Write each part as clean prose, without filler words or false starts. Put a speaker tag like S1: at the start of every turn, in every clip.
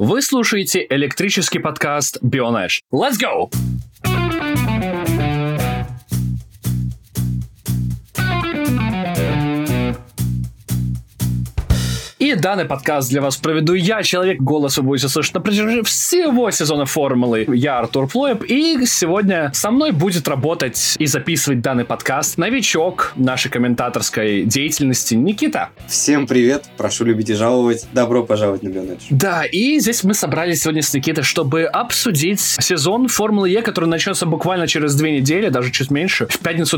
S1: Вы слушаете электрический подкаст Bionedge. Let's go! И данный подкаст для вас проведу я, человек, голос вы будете слышать на протяжении всего сезона Формулы. Я Артур Плоеб, и сегодня со мной будет работать и записывать данный подкаст новичок нашей комментаторской деятельности Никита.
S2: Всем привет, прошу любить и жаловать, добро пожаловать на Bionedge.
S1: Да, и здесь мы собрались сегодня с Никитой, чтобы обсудить сезон Формулы Е, который начнется буквально через 2 недели, даже чуть меньше. В пятницу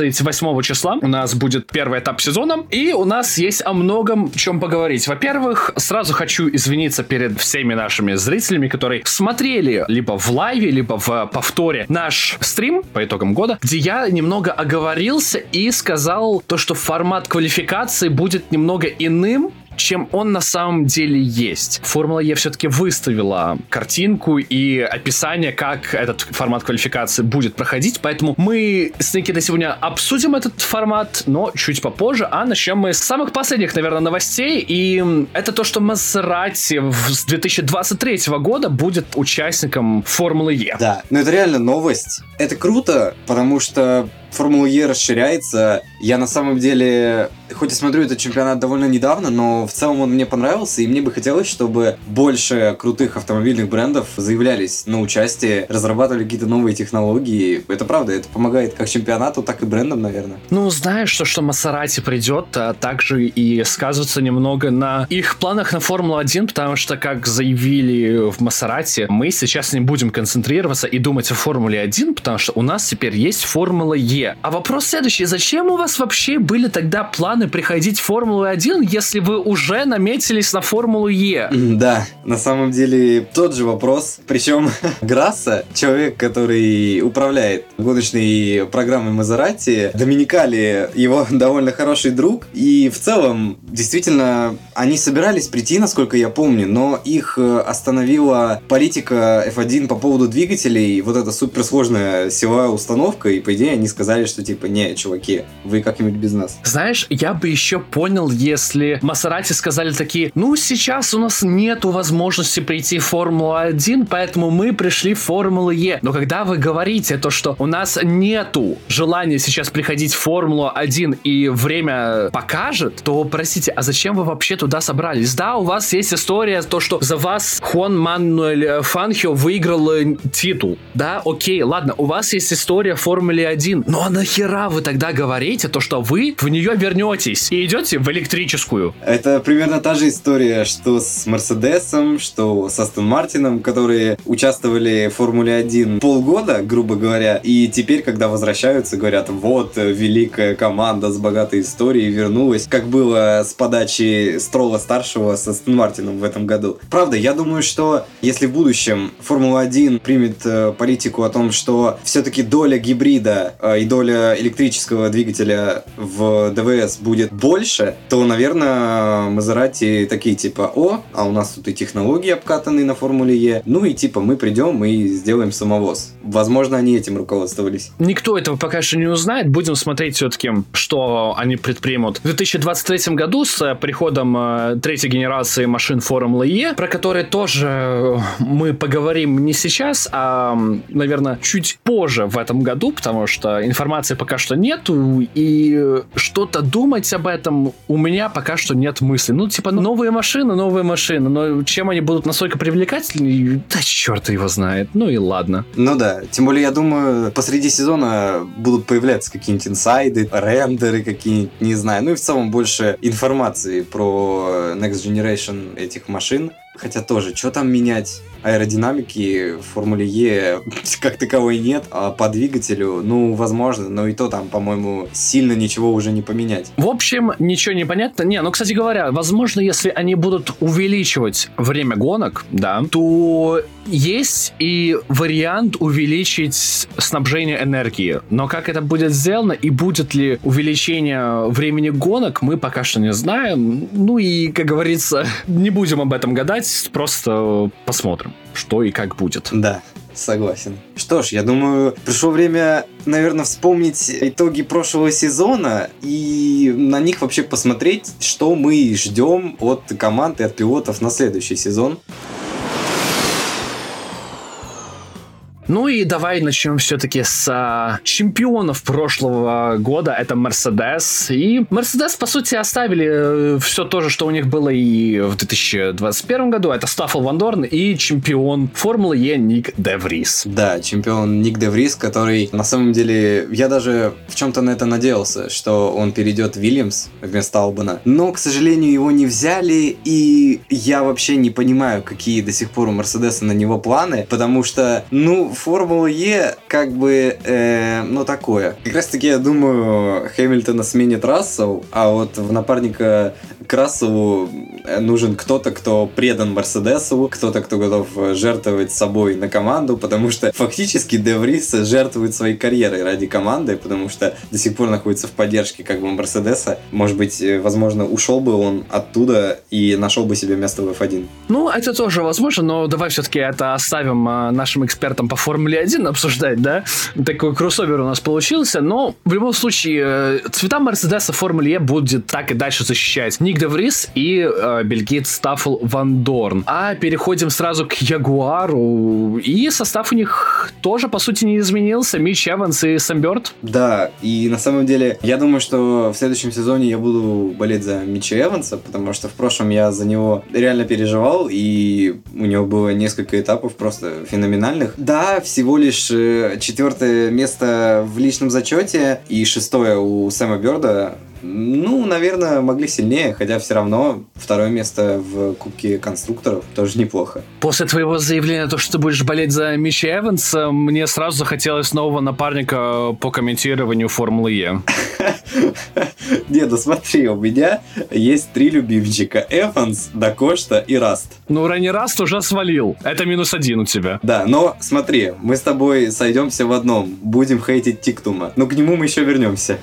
S1: 28 числа у нас будет первый этап сезона, и у нас есть о многом чем поговорить. Во-первых, сразу хочу извиниться перед всеми нашими зрителями, которые смотрели либо в лайве, либо в повторе наш стрим по итогам года, где я немного оговорился и сказал то, что формат квалификации будет немного иным, чем он на самом деле есть. Формула Е все-таки выставила картинку и описание, как этот формат квалификации будет проходить, поэтому мы с Никитой сегодня обсудим этот формат, но чуть попозже, а начнем мы с самых последних, наверное, новостей, и это то, что Мазерати с 2023 года будет участником Формулы Е.
S2: Да, но это реально новость. Это круто, потому что Формула Е расширяется. Я на самом деле, хоть и смотрю этот чемпионат довольно недавно, но в целом он мне понравился, и мне бы хотелось, чтобы больше крутых автомобильных брендов заявлялись на участие, разрабатывали какие-то новые технологии. Это правда, это помогает как чемпионату, так и брендам, наверное.
S1: Ну, знаешь, что Мазерати придет, а также и сказывается немного на их планах на Формулу-1, потому что, как заявили в Мазерати, мы сейчас не будем концентрироваться и думать о Формуле-1, потому что у нас теперь есть Формула Е. А вопрос следующий. Зачем у вас вообще были тогда планы приходить в Формулу-1, если вы уже наметились на Формулу Е?
S2: Да, на самом деле тот же вопрос. Причем Грасса, человек, который управляет гоночной программой Мазерати, Доминикали, его довольно хороший друг. И в целом, действительно, они собирались прийти, насколько я помню, но их остановила политика F1 по поводу двигателей. Вот эта суперсложная силовая установка, и по идее они сказали, что типа, не, чуваки, вы как-нибудь без нас.
S1: Знаешь, я бы еще понял, если Мазерати сказали такие, ну, сейчас у нас нету возможности прийти в Формулу-1, поэтому мы пришли в Формулу Е. Но когда вы говорите то, что у нас нету желания сейчас приходить в Формулу-1 и время покажет, то, простите, а зачем вы вообще туда собрались? Да, у вас есть история, то, что за вас Хуан Мануэль Фанхио выиграл титул. Да, окей, ладно, у вас есть история в Формуле 1, но а нахера вы тогда говорите то, что вы в нее вернетесь и идете в электрическую?
S2: Это примерно та же история, что с Мерседесом, что с Астон Мартином, которые участвовали в Формуле 1 полгода, грубо говоря, и теперь, когда возвращаются, говорят, вот, великая команда с богатой историей вернулась, как было с подачи Строла-старшего с Астон Мартином в этом году. Правда, я думаю, что если в будущем Формула-1 примет политику о том, что все-таки доля гибрида и доля электрического двигателя в ДВС будет больше, то, наверное, Мазерати такие типа, а у нас тут и технологии обкатаны на Формуле Е, ну и типа мы придем и сделаем самовоз. Возможно, они этим руководствовались.
S1: Никто этого пока что не узнает. Будем смотреть все-таки, что они предпримут в 2023 году с приходом третьей генерации машин Формулы Е, про которые тоже мы поговорим не сейчас, а, наверное, чуть позже в этом году, потому что информации пока что нету, и что-то думать об этом у меня пока что нет мысли. Ну, типа, новые машины, но чем они будут настолько привлекательны, да черт его знает, ну и ладно.
S2: Ну да, тем более, я думаю, посреди сезона будут появляться какие-нибудь инсайды, рендеры какие-нибудь, не знаю, ну и в целом больше информации про Next Generation этих машин. Хотя тоже, что там менять? Аэродинамики в Формуле Е как таковой нет, а по двигателю, ну, возможно, но и то там, по-моему, сильно ничего уже не поменять.
S1: В общем, ничего не понятно. Не, ну, кстати говоря, возможно, если они будут увеличивать время гонок, да, то есть и вариант увеличить снабжение энергии. Но как это будет сделано и будет ли увеличение времени гонок, мы пока что не знаем. Ну и, как говорится, не будем об этом гадать, просто посмотрим, что и как будет.
S2: Да, согласен. Что ж, я думаю, пришло время, наверное, вспомнить итоги прошлого сезона и на них вообще посмотреть, что мы ждем от команд и от пилотов на следующий сезон.
S1: Ну и давай начнем все-таки с чемпионов прошлого года. Это Mercedes. И Mercedes, по сути, оставили все то же, что у них было и в 2021 году. Это Стаффл Ван Дорн и чемпион Формулы Е Ник де Врис.
S2: Да, чемпион Ник де Врис, который, на самом деле, я даже в чем-то на это надеялся, что он перейдет в Вильямс вместо Албана. Но, к сожалению, его не взяли, и я вообще не понимаю, какие до сих пор у Мерседеса на него планы, потому что, Формула Е, как бы, такое. Как раз таки, я думаю, Хэмилтона сменит Рассел, а вот в напарника к Расселу нужен кто-то, кто предан Мерседесу, кто-то, кто готов жертвовать собой на команду, потому что фактически де Врис жертвует своей карьерой ради команды, потому что до сих пор находится в поддержке как бы Мерседеса. Может быть, возможно, ушел бы он оттуда и нашел бы себе место в F1.
S1: Это тоже возможно, но давай все-таки это оставим нашим экспертам по Формуле 1 обсуждать, да? Такой кроссовер у нас получился, но в любом случае цвета Мерседеса в Формуле Е будет так и дальше защищать Ник де Врис и бельгиец Стаффл Ван Дорн. А переходим сразу к Ягуару, и состав у них тоже, по сути, не изменился. Митч Эванс и Сэм Бёрд.
S2: Да, и на самом деле, я думаю, что в следующем сезоне я буду болеть за Митча Эванса, потому что в прошлом я за него реально переживал, и у него было несколько этапов просто феноменальных. Да, всего лишь 4-е место в личном зачете и 6-е у Сэма Бёрда. Наверное, могли сильнее, хотя все равно 2-е место в Кубке конструкторов тоже неплохо.
S1: После твоего заявления, то, что ты будешь болеть за Митча Эванса, мне сразу захотелось нового напарника по комментированию Формулы Е.
S2: Не, смотри, у меня есть 3 любимчика: Эванс, Дакошта и Раст.
S1: Ренни Раст уже свалил. Это -1 у тебя.
S2: Да, но смотри, мы с тобой сойдемся в одном. Будем хейтить Тиктума. Но к нему мы еще вернемся.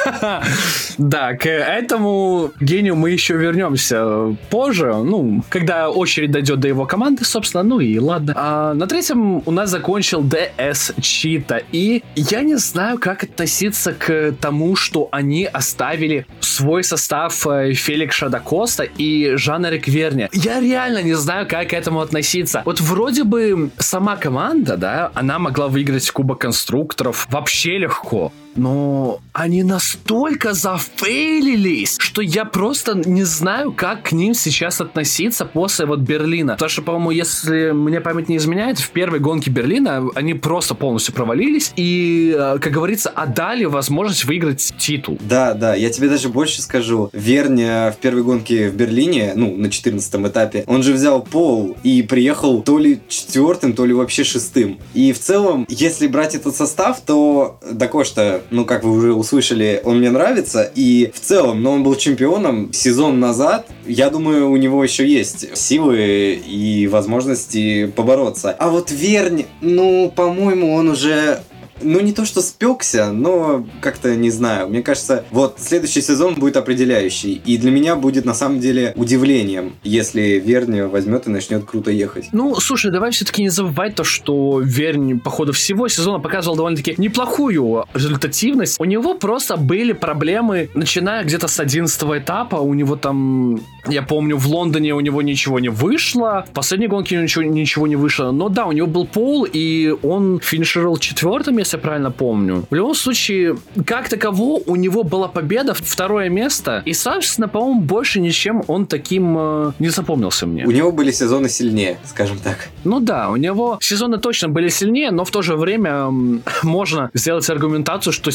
S1: Да, к этому гению мы еще вернемся позже, когда очередь дойдет до его команды, собственно, и ладно. А на 3-м у нас закончил ДС Чита, и я не знаю, как относиться к тому, что они оставили свой состав Феликса да Коста и Жан-Эрик Верни. Я реально не знаю, как к этому относиться. Вот вроде бы сама команда, да, она могла выиграть Кубок конструкторов вообще легко. Но они настолько зафейлились, что я просто не знаю, как к ним сейчас относиться после Берлина. Потому что, по-моему, если мне память не изменяет, в первой гонке Берлина они просто полностью провалились и, как говорится, отдали возможность выиграть титул.
S2: Да, я тебе даже больше скажу. Верня в первой гонке в Берлине, на 14-м этапе, он же взял пол и приехал то ли 4-м, то ли вообще 6-м. И в целом, если брать этот состав, то Дакошта, как вы уже услышали, он мне нравится, и в целом, он был чемпионом сезон назад, я думаю, у него еще есть силы и возможности побороться. А вот Вернь, по-моему, он уже... не то что спекся, но как-то не знаю. Мне кажется, следующий сезон будет определяющий. И для меня будет на самом деле удивлением, если Верни возьмет и начнет круто ехать.
S1: Слушай, давай все-таки не забывать то, что Верни по ходу всего сезона показывал довольно-таки неплохую результативность. У него просто были проблемы, начиная где-то с 11-го этапа. У него там, я помню, в Лондоне у него ничего не вышло. В последней гонке ничего не вышло. Но да, у него был пол, и он финишировал 4-м, если я правильно помню. В любом случае, как таково, у него была победа, 2-е место, и, собственно, по-моему, больше ничем он таким не запомнился мне.
S2: У него были сезоны сильнее, скажем так.
S1: Да, у него сезоны точно были сильнее, но в то же время можно сделать аргументацию, что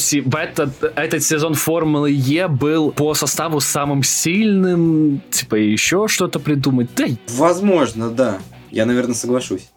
S1: этот сезон Формулы Е был по составу самым сильным, еще что-то придумать.
S2: Возможно, да. Я, наверное, соглашусь.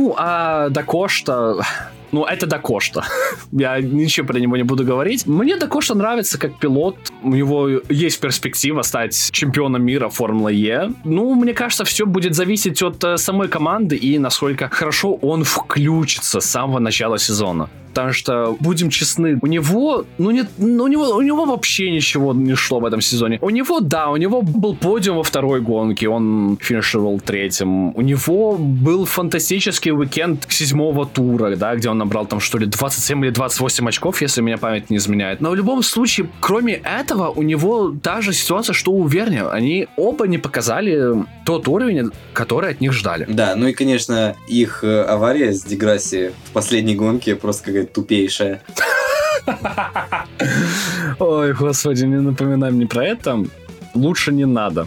S1: А Дакошта... это Дакошта. Я ничего про него не буду говорить. Мне Дакошта нравится как пилот. У него есть перспектива стать чемпионом мира Формулы Е. Мне кажется, все будет зависеть от самой команды и насколько хорошо он включится с самого начала сезона. потому что, будем честны, у него, у него вообще ничего не шло в этом сезоне. У него был подиум во второй гонке, он финишировал третьим. У него был фантастический уикенд 7-го тура, да, где он набрал там, что ли, 27 или 28 очков, если меня память не изменяет. Но в любом случае, кроме этого, у него та же ситуация, что у Верни. Они оба не показали тот уровень, который от них ждали.
S2: Да, ну и, конечно, их авария с Деграсси в последней гонке просто какая-то тупейшая.
S1: Ой, господи, не напоминай мне про это. Лучше не надо.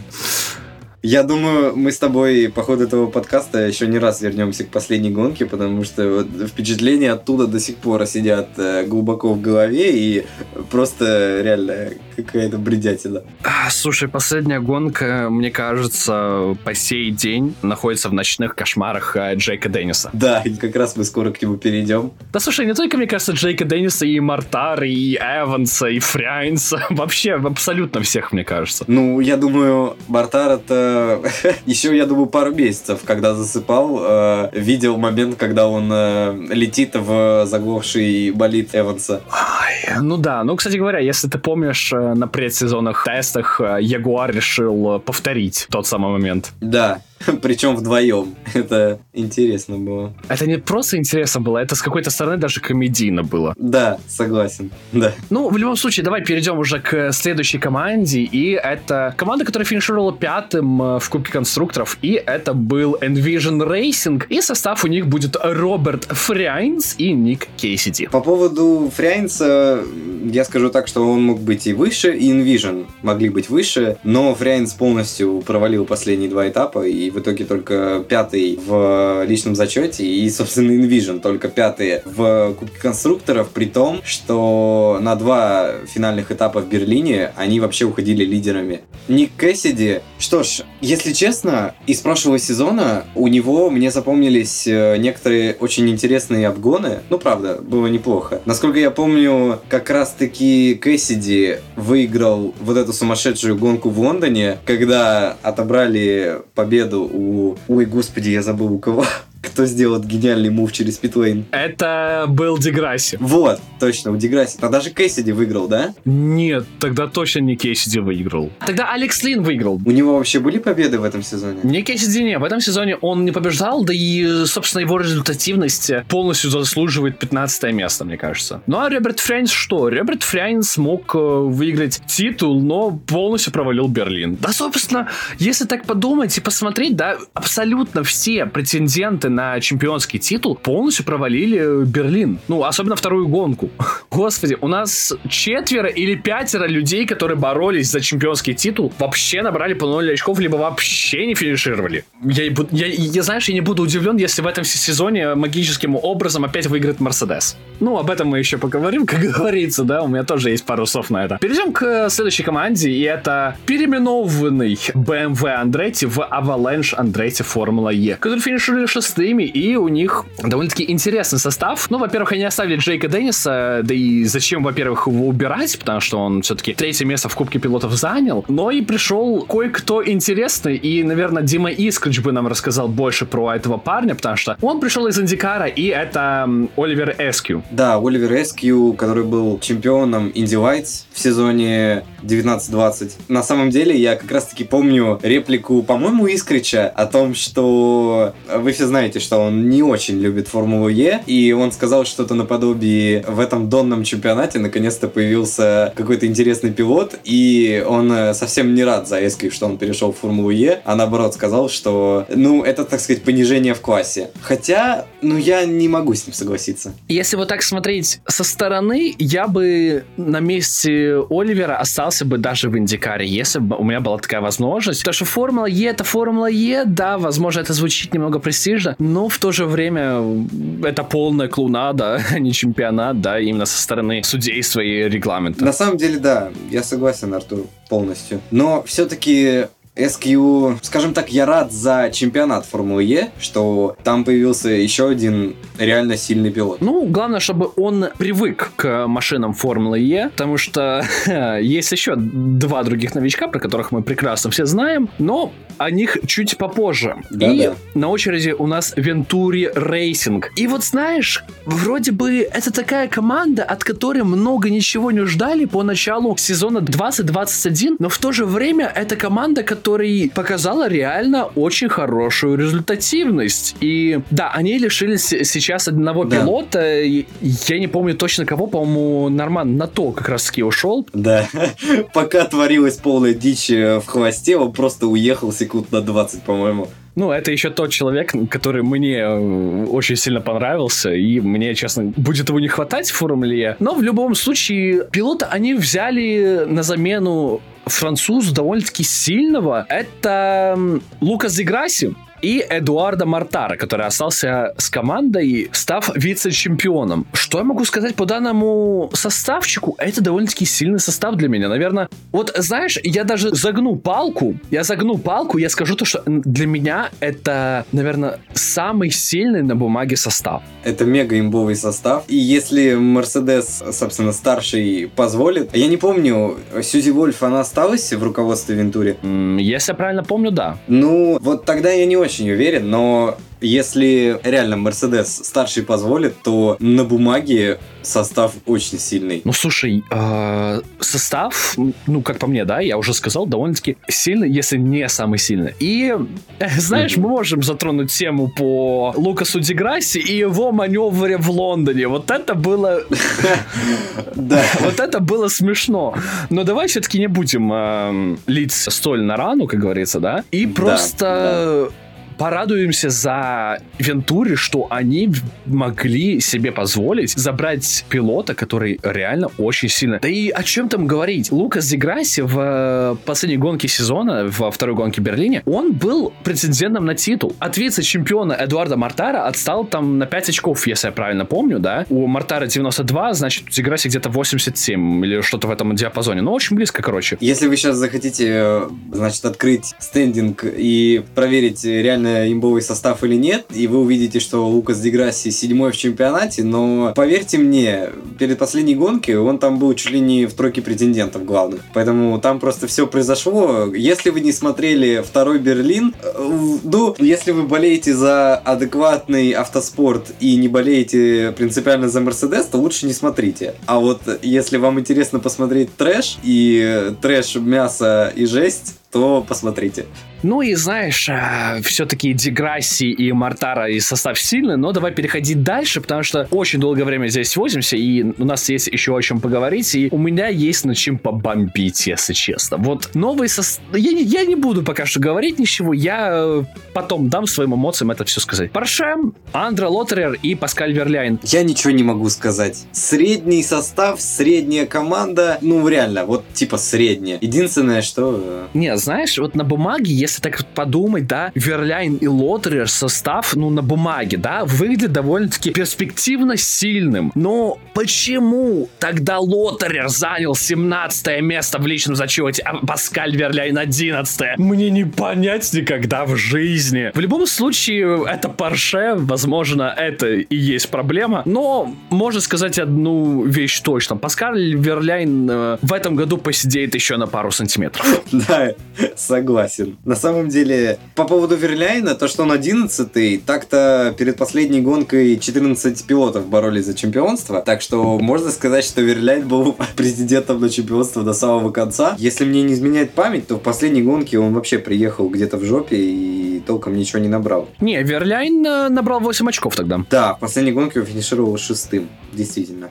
S2: Я думаю, мы с тобой по ходу этого подкаста еще не раз вернемся к последней гонке, потому что впечатления оттуда до сих пор сидят глубоко в голове, и просто реально какая-то бредятина.
S1: Слушай, последняя гонка, мне кажется, по сей день находится в ночных кошмарах Джейка Денниса.
S2: Да, и как раз мы скоро к нему перейдем.
S1: Да, слушай, не только, мне кажется, Джейка Денниса, и Мортара, и Эванса, и Фряйнса. Вообще, абсолютно всех, мне кажется.
S2: Ну, я думаю, Мортара-то еще, я думаю, пару месяцев, когда засыпал, видел момент, когда он летит в заглохший болид Эванса.
S1: Ой, ну да, ну, кстати говоря, если ты помнишь, на предсезонных тестах Ягуар решил повторить тот самый момент.
S2: Да, причем вдвоем. Это интересно было.
S1: Это не просто интересно было, это с какой-то стороны даже комедийно было.
S2: Да, согласен, да.
S1: Ну, в любом случае, давай перейдем уже к следующей команде, и это команда, которая финишировала пятым в Кубке конструкторов, и это был Envision Racing, и состав у них будет Роберт Фряйнс и Ник Кейсиди.
S2: По поводу Фряйнса, я скажу так, что он мог быть и выше, и Envision могли быть выше, но Фряйнс полностью провалил последние два этапа, и в итоге только пятый в личном зачете, и, собственно, Envision только пятый в Кубке конструкторов, при том, что на два финальных этапа в Берлине они вообще уходили лидерами. Ник Кэссиди, что ж, если честно, из прошлого сезона у него мне запомнились некоторые очень интересные обгоны, ну, правда, было неплохо. Насколько я помню, как раз-таки Кэссиди выиграл вот эту сумасшедшую гонку в Лондоне, когда отобрали победу у... Ой, господи, я забыл у кого. Кто сделал гениальный мув через питлейн?
S1: Это был Деграсси.
S2: Вот, точно, у Деграсси. А даже Кэссиди выиграл, да?
S1: Нет, тогда точно не Кейсиди выиграл. Тогда Алекс Лин выиграл.
S2: У него вообще были победы в этом сезоне?
S1: Не Кейсиди, не. В этом сезоне он не побеждал, да и, собственно, его результативность полностью заслуживает 15 место, мне кажется. Ну а Роберт Фряйнс что? Роберт Фряйнс мог выиграть титул, но полностью провалил Берлин. Да, собственно, если так подумать и посмотреть, да, абсолютно все претенденты на чемпионский титул полностью провалили Берлин. Ну, особенно вторую гонку. Господи, у нас 4 или 5 людей, которые боролись за чемпионский титул, вообще набрали по 0 очков, либо вообще не финишировали. Я знаешь, я не буду удивлен, если в этом сезоне магическим образом опять выиграет Мерседес. Ну, об этом мы еще поговорим, как говорится, да, у меня тоже есть пару слов на это. Перейдем к следующей команде, и это переименованный BMW Andretti в Avalanche Andretti Формула Е, которые финишировали 6-ми, и у них довольно-таки интересный состав. Ну, во-первых, они оставили Джейка Денниса, да и зачем, во-первых, его убирать, потому что он все-таки 3-е место в Кубке пилотов занял, но и пришел кое-кто интересный, и, наверное, Дима Искрич бы нам рассказал больше про этого парня, потому что он пришел из Индикара, и это Оливер Эскью.
S2: Да, Оливер Эскью, который был чемпионом Инди Лайтс в сезоне 19-20. На самом деле, я как раз-таки помню реплику, по-моему, Искрича о том, что вы все знаете, что он не очень любит Формулу Е, и он сказал что-то наподобие: в этом донном чемпионате наконец-то появился какой-то интересный пилот, и он совсем не рад за Эскью, что он перешел в Формулу Е, а наоборот сказал, что, ну, это, так сказать, понижение в классе. Хотя, ну, я не могу с ним согласиться.
S1: Если вот так смотреть со стороны, я бы на месте Оливера остался бы даже в Индикаре, если бы у меня была такая возможность. Потому что Формула Е — это Формула Е, да, возможно, это звучит немного престижно, но в то же время это полная клоунада, а не чемпионат, да, именно со стороны судейства и регламента.
S2: На самом деле, да, я согласен, Артур, полностью. Но все-таки SQ, скажем так, я рад за чемпионат Формулы Е, что там появился еще один реально сильный пилот.
S1: Ну, главное, чтобы он привык к машинам Формулы Е, потому что есть еще 2 других новичка, про которых мы прекрасно все знаем, но о них чуть попозже.
S2: Да,
S1: и
S2: да.
S1: на очереди у нас Venturi Racing. И вот знаешь, вроде бы это такая команда, от которой много ничего не ждали по началу сезона 2021, но в то же время это команда, которая показала реально очень хорошую результативность. И да, они лишились сейчас одного пилота. Я не помню точно кого, по-моему, Норман Нато как раз таки ушел.
S2: Да, пока творилась полная дичь в хвосте, он просто уехал секунд на 20, по-моему.
S1: Ну, это еще тот человек, который мне очень сильно понравился, и мне, честно, будет его не хватать в Формуле. Но в любом случае, пилота они взяли на замену французу довольно-таки сильного. Это Лукас Ди Грасси и Эдуардо Мортара, который остался с командой, став вице-чемпионом. Что я могу сказать по данному составчику? Это довольно-таки сильный состав для меня. Наверное, вот знаешь, я даже загну палку, я скажу то, что для меня это, наверное, самый сильный на бумаге состав.
S2: Это мега-имбовый состав. И если Мерседес, собственно, старший позволит... Я не помню, Сьюзи Вольф, она осталась в руководстве Вентури?
S1: Если я правильно помню, да.
S2: Ну, вот тогда я не очень уверен, но если реально Мерседес старший позволит, то на бумаге состав очень сильный.
S1: Ну, слушай, состав, ну, как по мне, да, я уже сказал, довольно-таки сильный, если не самый сильный. И, знаешь, мы можем затронуть тему по Лукасу Ди Грасси и его маневре в Лондоне. Вот это было... Вот это было смешно. Но давай все-таки не будем лить соль на рану, как говорится, да? И просто... Порадуемся за Вентури, что они могли себе позволить забрать пилота, который реально очень сильно. Да и о чем там говорить? Лукас Ди Грасси в последней гонке сезона, во второй гонке в Берлине, он был претендентом на титул. От вице-чемпиона Эдуарда Мортара отстал там на 5 очков, если я правильно помню, да? У Мортара 92, значит, у Ди Грасси где-то 87 или что-то в этом диапазоне. Ну, очень близко, короче.
S2: Если вы сейчас захотите, значит, открыть стендинг и проверить реально имбовый состав или нет, и вы увидите, что Лукас Ди Грасси 7-й в чемпионате, но поверьте мне, перед последней гонкой он там был чуть ли не в тройке претендентов главных. Поэтому там просто все произошло. Если вы не смотрели второй Берлин, ну, если вы болеете за адекватный автоспорт и не болеете принципиально за Мерседес, то лучше не смотрите. А вот если вам интересно посмотреть трэш, и трэш, мясо и жесть, то посмотрите.
S1: Ну и знаешь, все-таки Ди Грасси и Мортара и состав сильный, но давай переходить дальше, потому что очень долгое время здесь возимся, и у нас есть еще о чем поговорить, и у меня есть над чем побомбить, если честно. Вот новый состав... Я не буду пока что говорить ничего, я потом дам своим эмоциям это все сказать. Порше, Андре Лоттерер и Паскаль Верляйн.
S2: Я ничего не могу сказать. Средний состав, средняя команда, ну реально, вот типа средняя. Единственное, что...
S1: Не, знаешь, вот на бумаге, если так подумать, да, Верляйн и Лоттерер состав, ну, на бумаге, да, выглядит довольно-таки перспективно сильным. Но почему тогда Лоттерер занял 17 место в личном зачете, а Паскаль Верляйн 11? Мне не понять никогда в жизни. В любом случае, это Порше, возможно, это и есть проблема, но можно сказать одну вещь точно. Паскаль Верляйн в этом году посидеет еще на пару сантиметров.
S2: Да, согласен. На самом деле, по поводу Верляйна, то, что он 11-й, так-то перед последней гонкой 14 пилотов боролись за чемпионство, так что можно сказать, что Верляйн был претендентом на чемпионство до самого конца. Если мне не изменяет память, то в последней гонке он вообще приехал где-то в жопе и толком ничего не набрал.
S1: Не, Верляйн набрал 8 очков тогда.
S2: Да, в последней гонке он финишировал 6-м, действительно.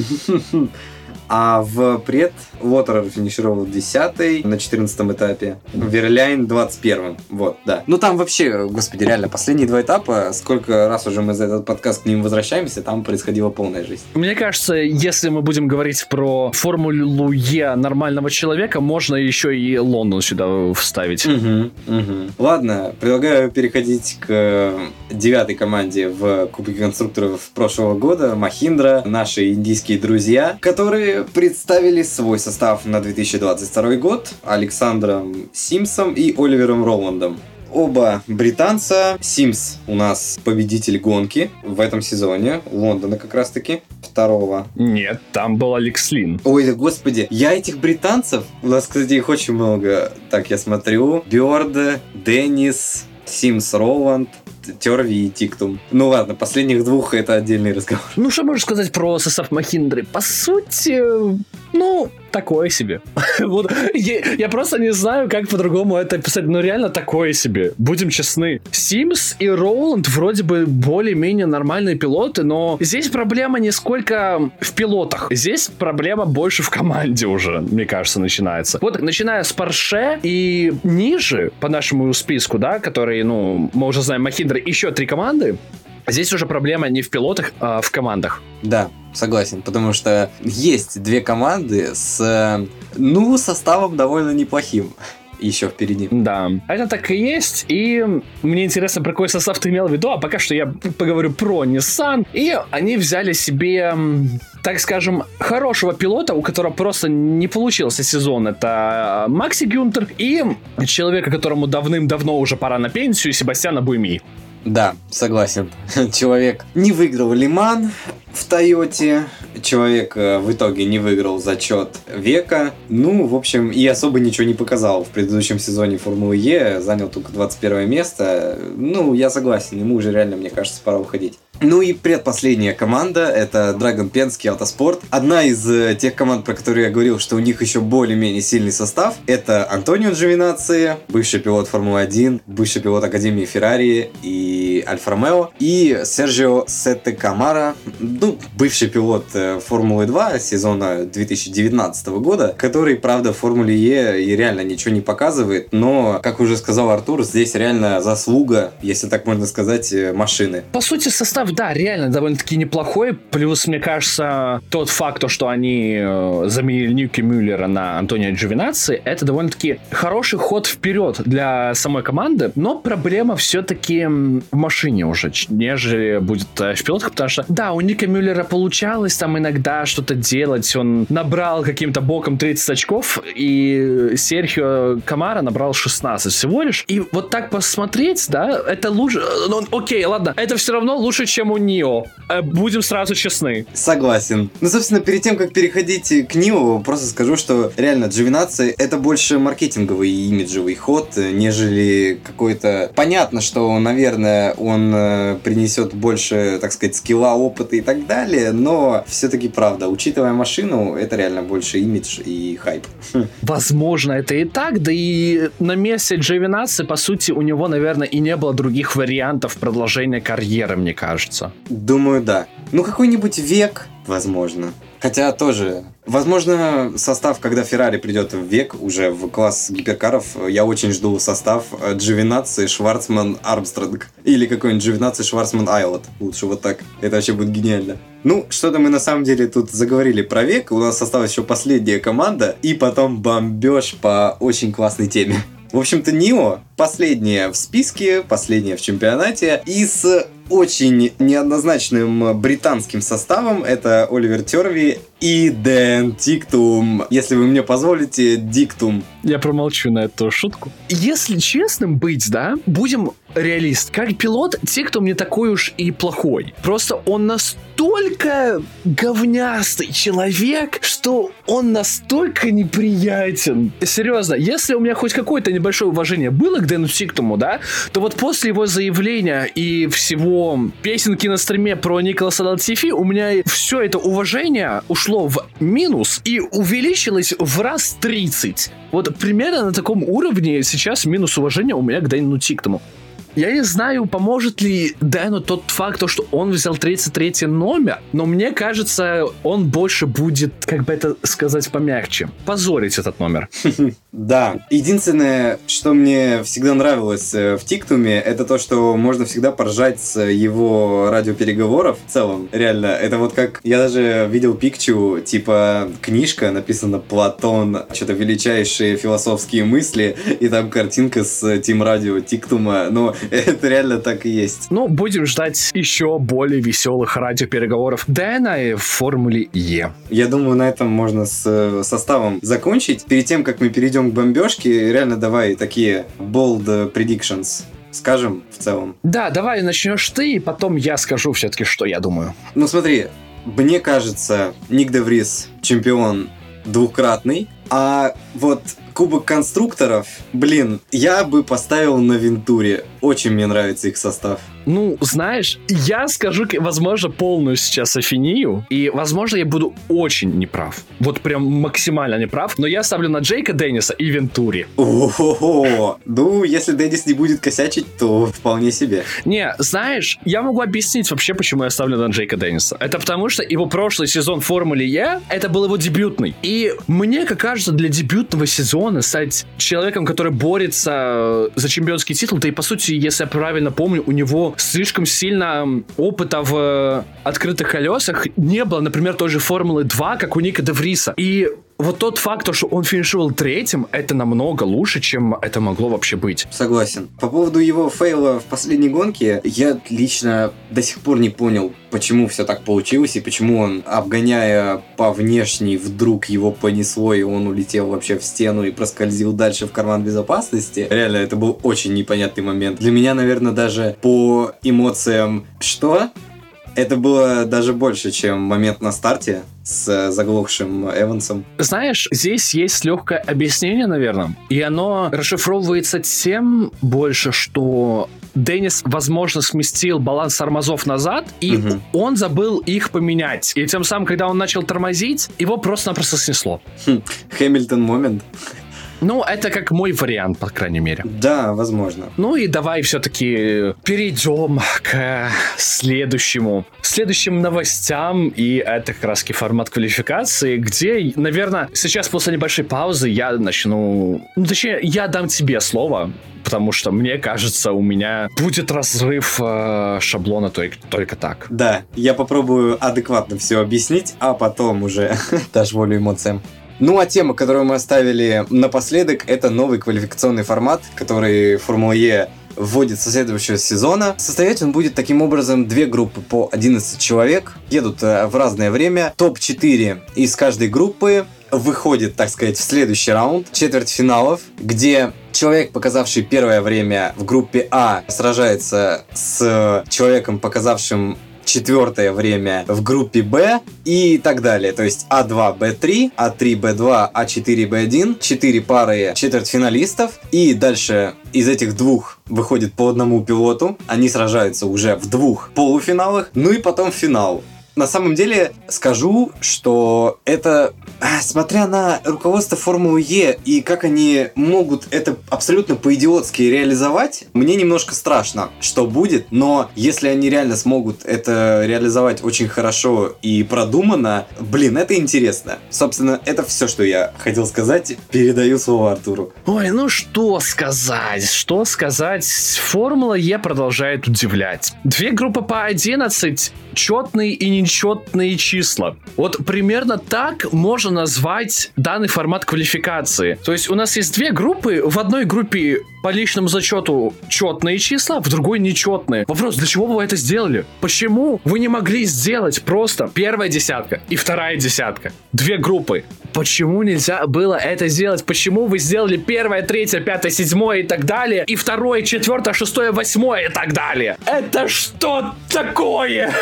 S2: А в пред Лоттерер финишировал 10-й на 14-м этапе. Верляйн 21-м. Вот, да. Ну там вообще, господи, реально, последние два этапа, сколько раз уже мы за этот подкаст к ним возвращаемся, там происходила полная жизнь.
S1: Мне кажется, если мы будем говорить про Формулу Е нормального человека, можно еще и Лондон сюда вставить.
S2: Ладно, предлагаю переходить к 9-й команде в Кубке конструкторов прошлого года, Махиндра, наши индийские друзья, которые представили свой состав на 2022 год Александром Симсом и Оливером Роландом. оба британца. Симс у нас победитель гонки в этом сезоне, Лондона как раз-таки, второго.
S1: Нет, там был Алекс Лин.
S2: Ой, да господи, я этих британцев, у нас, кстати, их очень много. Так, я смотрю. Бёрд, Деннис, Симс, Роланд, Терви и Тиктум. Ну ладно, последних двух это отдельный разговор.
S1: Ну, что можешь сказать про состав Махиндры? По сути, такое себе. Вот, я просто не знаю, как по-другому это описать, но реально такое себе. Будем честны. Симс и Роланд вроде бы более-менее нормальные пилоты, но здесь проблема не сколько в пилотах. Здесь проблема больше в команде уже, мне кажется, начинается. Вот, начиная с Порше и ниже, по нашему списку, да, которые, мы уже знаем, Махиндра, еще 3 команды, здесь уже проблема не в пилотах, а в командах.
S2: Да, согласен, потому что есть 2 команды с, составом довольно неплохим еще впереди.
S1: Да, это так и есть, и мне интересно, про какой состав ты имел в виду, а пока что я поговорю про Nissan, и они взяли себе, так скажем, хорошего пилота, у которого просто не получился сезон, это Макси Гюнтер, и человека, которому давным-давно уже пора на пенсию, Себастьяна Буйми.
S2: Да, согласен. Человек не выиграл Лиман в Тойоте. Человек в итоге не выиграл зачет века. В общем, и особо ничего не показал в предыдущем сезоне Формулы Е. Занял только 21 место. Я согласен, ему уже реально, мне кажется, пора уходить. И предпоследняя команда — это Dragon Penske Autosport. Одна из тех команд, про которые я говорил, что у них еще более-менее сильный состав. Это Антонио Джовинаци, бывший пилот Формулы-1, бывший пилот Академии Феррари и Альфа-Ромео, и Серджио Сетте Камара, бывший пилот Формулы-2 сезона 2019 года, который, правда, в Формуле Е и реально ничего не показывает, но, как уже сказал Артур, здесь реально заслуга, если так можно сказать, машины.
S1: По сути, состав, да, реально довольно-таки неплохой, плюс, мне кажется, тот факт, что они заменили Ники Мюллера на Антонио Джовинаци, это довольно-таки хороший ход вперед для самой команды, но проблема все-таки в машине уже, нежели будет в пилотах, потому что, да, у Ника Мюллера получалось там иногда что-то делать, он набрал каким-то боком 30 очков, и Серхио Камара набрал 16 всего лишь, и вот так посмотреть, да, это лучше, окей, ладно, это все равно лучше, чем у Нио, будем сразу честны.
S2: Согласен. Собственно, перед тем, как переходить к Нио, просто скажу, что реально Джовинаци — это больше маркетинговый и имиджевый ход, нежели какой-то... Понятно, что, наверное, он принесет больше, так сказать, скилла, опыта и так далее, но все-таки правда, учитывая машину, это реально больше имидж и хайп.
S1: Возможно, это и так, да и на месте Джовинаци, по сути, у него, наверное, и не было других вариантов продолжения карьеры, мне кажется.
S2: Думаю, да. Какой-нибудь век, возможно. Хотя тоже, возможно, состав, когда Феррари придет в век, уже в класс гиперкаров, я очень жду состав Джовинаци, Шварцман, Армстронг. Или какой-нибудь Джовинаци, Шварцман, Айлот. Лучше вот так. Это вообще будет гениально. Что-то мы на самом деле тут заговорили про век. У нас осталась еще последняя команда. И потом бомбеж по очень классной теме. В общем-то, Нио последняя в списке, последняя в чемпионате. И с очень неоднозначным британским составом это Оливер Терви и Дэн Тиктум. Если вы мне позволите, Диктум.
S1: Я промолчу на эту шутку. Если честным быть, да, будем реалист. Как пилот, Тиктум не такой уж и плохой. Просто он настолько говнястый человек, что он настолько неприятен. Серьезно, если у меня хоть какое-то небольшое уважение было к Дэну Тиктуму, да, то вот после его заявления и всего песенки на стриме про Николаса Латифи у меня все это уважение ушло в минус и увеличилось в раз 30. Вот примерно на таком уровне сейчас минус уважения у меня к Дэну Тиктуму. Я не знаю, поможет ли Дэну тот факт, что он взял 33 номер, но мне кажется, он больше будет, как бы это сказать помягче, позорить этот номер.
S2: Да. Единственное, что мне всегда нравилось в Тиктуме, это то, что можно всегда поржать с его радиопереговоров. В целом, реально, это вот как... Я даже видел пикчу, типа книжка, написано «Платон», что-то величайшие философские мысли, и там картинка с Тим Радио Тиктума. Но Это реально так и есть.
S1: Ну, будем ждать еще более веселых радиопереговоров Дэна в Формуле Е.
S2: Я думаю, на этом можно с составом закончить. Перед тем, как мы перейдем к бомбежке, реально давай такие bold predictions скажем в целом.
S1: Да, давай начнешь ты, и потом я скажу все-таки, что я думаю.
S2: Ну смотри, мне кажется, Ник де Врис чемпион двукратный, а вот Кубок конструкторов, я бы поставил на Вентуре. Очень мне нравится их состав.
S1: Ну, знаешь, я скажу, возможно, полную сейчас афинию, и, возможно, я буду очень неправ. Вот прям максимально неправ, но я ставлю на Джейка Денниса и Вентури.
S2: Ого-го! Ну, если Деннис не будет косячить, то вполне себе.
S1: Не, знаешь, я могу объяснить вообще, почему я ставлю на Джейка Денниса. Это потому, что его прошлый сезон в Формуле Е, это был его дебютный. И мне, как кажется, для дебютного сезона стать человеком, который борется за чемпионский титул, да и, по сути, если я правильно помню, у него слишком сильно опыта в открытых колесах не было, например, той же Формулы 2, как у Ника де Вриса. И вот тот факт, что он финишировал третьим, это намного лучше, чем это могло вообще быть.
S2: Согласен. По поводу его фейла в последней гонке, я лично до сих пор не понял, почему все так получилось, и почему он, обгоняя по внешней, вдруг его понесло, и он улетел вообще в стену и проскользил дальше в карман безопасности. Реально, это был очень непонятный момент. Для меня, наверное, даже по эмоциям «что?», это было даже больше, чем момент на старте с заглохшим Эвансом.
S1: Знаешь, здесь есть легкое объяснение, наверное, и оно расшифровывается тем больше, что Деннис, возможно, сместил баланс тормозов назад, и он забыл их поменять. И тем самым, когда он начал тормозить, его просто-напросто снесло.
S2: Хэмилтон момент.
S1: Ну, это как мой вариант, по крайней мере.
S2: Да, возможно.
S1: Ну и давай все-таки перейдем к следующим новостям. И это как раз формат квалификации, где, наверное, сейчас после небольшой паузы я начну... Ну, точнее, я дам тебе слово, потому что, мне кажется, у меня будет разрыв шаблона только так.
S2: Да, я попробую адекватно все объяснить, а потом уже дашь волю эмоциям. Ну, а тема, которую мы оставили напоследок, это новый квалификационный формат, который Формула Е вводит со следующего сезона. Состоять он будет таким образом: 2 группы по 11 человек, едут в разное время. Топ-4 из каждой группы выходит, так сказать, в следующий раунд, четвертьфиналов, где человек, показавший первое время в группе А, сражается с человеком, показавшим четвертое время в группе Б и так далее. То есть А2, Б3, А3, Б2, А4, Б1, 4 пары четвертьфиналистов. И дальше из этих 2 выходит по одному пилоту. Они сражаются уже в 2 полуфиналах. Ну и потом финал. На самом деле скажу, что это, смотря на руководство Формулы Е и как они могут это абсолютно по-идиотски реализовать, мне немножко страшно, что будет, но если они реально смогут это реализовать очень хорошо и продуманно, это интересно. Собственно, это все, что я хотел сказать. Передаю слово Артуру.
S1: Ой, ну что сказать? Формула Е продолжает удивлять. 2 группы по 11, четные и нечетные числа. Вот примерно так можно назвать данный формат квалификации. То есть у нас есть 2 группы, в одной группе по личному зачету четные числа, в другой нечетные. Вопрос, для чего вы это сделали? Почему вы не могли сделать просто первая десятка и вторая десятка? 2 группы. Почему нельзя было это сделать? Почему вы сделали 1, 3, 5, 7 и так далее, и 2, 4, 6, 8 и так далее? Это что такое?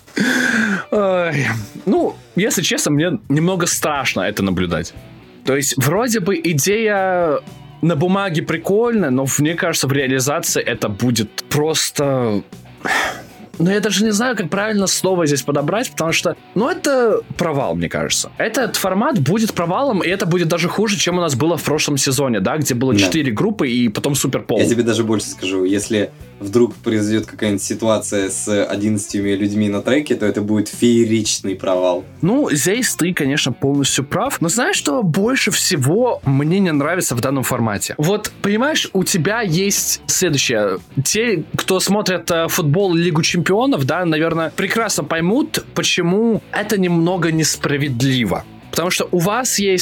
S1: Ой. Ну, если честно, мне немного страшно это наблюдать. То есть, вроде бы идея на бумаге прикольная, но мне кажется, в реализации это будет просто... Но я даже не знаю, как правильно слово здесь подобрать, потому что, это провал, мне кажется. Этот формат будет провалом, и это будет даже хуже, чем у нас было в прошлом сезоне, да, где было 4 группы и потом суперпол.
S2: Я тебе даже больше скажу, если вдруг произойдет какая-нибудь ситуация с 11 людьми на треке, то это будет фееричный провал.
S1: Ну, здесь ты, конечно, полностью прав, но знаешь, что больше всего мне не нравится в данном формате? Вот, понимаешь, у тебя есть следующее. Те, кто смотрят футбол, Лигу чемпионов, да, наверное, прекрасно поймут, почему это немного несправедливо. Потому что у вас есть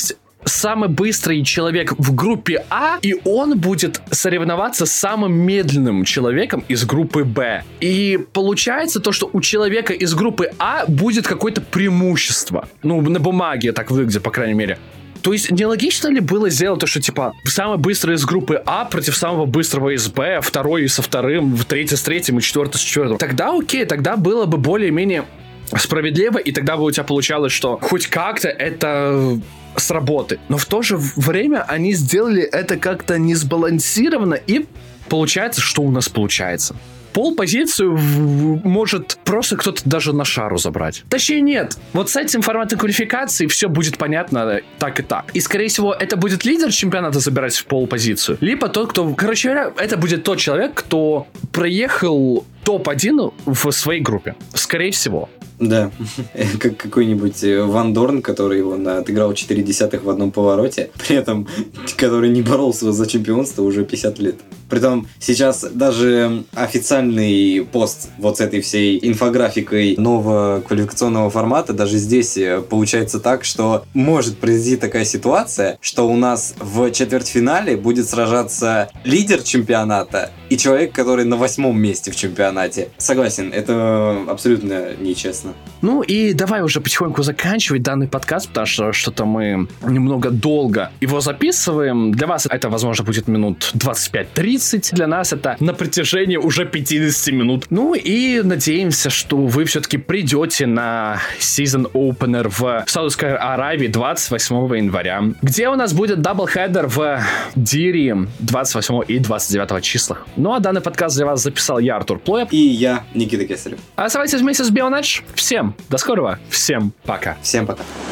S1: самый быстрый человек в группе А, и он будет соревноваться с самым медленным человеком из группы Б. И получается то, что у человека из группы А будет какое-то преимущество. Ну, на бумаге так выглядит, по крайней мере. То есть нелогично ли было сделать то, что, типа, самый быстрый из группы А против самого быстрого из Б, второй со вторым, третий с третьим и четвертый с четвертым? Тогда окей, тогда было бы более-менее справедливо, и тогда бы у тебя получалось, что хоть как-то это сработает. Но в то же время они сделали это как-то несбалансированно, и получается, что у нас получается. Пол-позицию может просто кто-то даже на шару забрать. Точнее, нет. Вот с этим форматом квалификации все будет понятно так и так. И, скорее всего, это будет лидер чемпионата забирать в пол-позицию, либо тот, кто... Короче говоря, это будет тот человек, кто проехал топ-1 в своей группе. Скорее всего.
S2: Да, как какой-нибудь Ван Дорн, который его отыграл 0,4 в одном повороте, при этом который не боролся за чемпионство уже 50 лет. Притом сейчас даже официальный пост вот с этой всей инфографикой нового квалификационного формата, даже здесь получается так, что может произойти такая ситуация, что у нас в четвертьфинале будет сражаться лидер чемпионата и человек, который на 8-м месте в чемпионате. Согласен, это абсолютно нечестно.
S1: Ну и давай уже потихоньку заканчивать данный подкаст, потому что что-то мы немного долго его записываем. Для вас это, возможно, будет минут 25-30. Для нас это на протяжении уже 50 минут. Ну и надеемся, что вы все-таки придете на Season Opener в Саудовской Аравии 28 января, где у нас будет даблхедер в Дире 28 и 29 числах. Ну а данный подкаст для вас записал я, Артур Плоев.
S2: И я, Никита Кесарев.
S1: Оставайтесь вместе с Бионадж. Всем до скорого. Всем пока.
S2: Всем пока.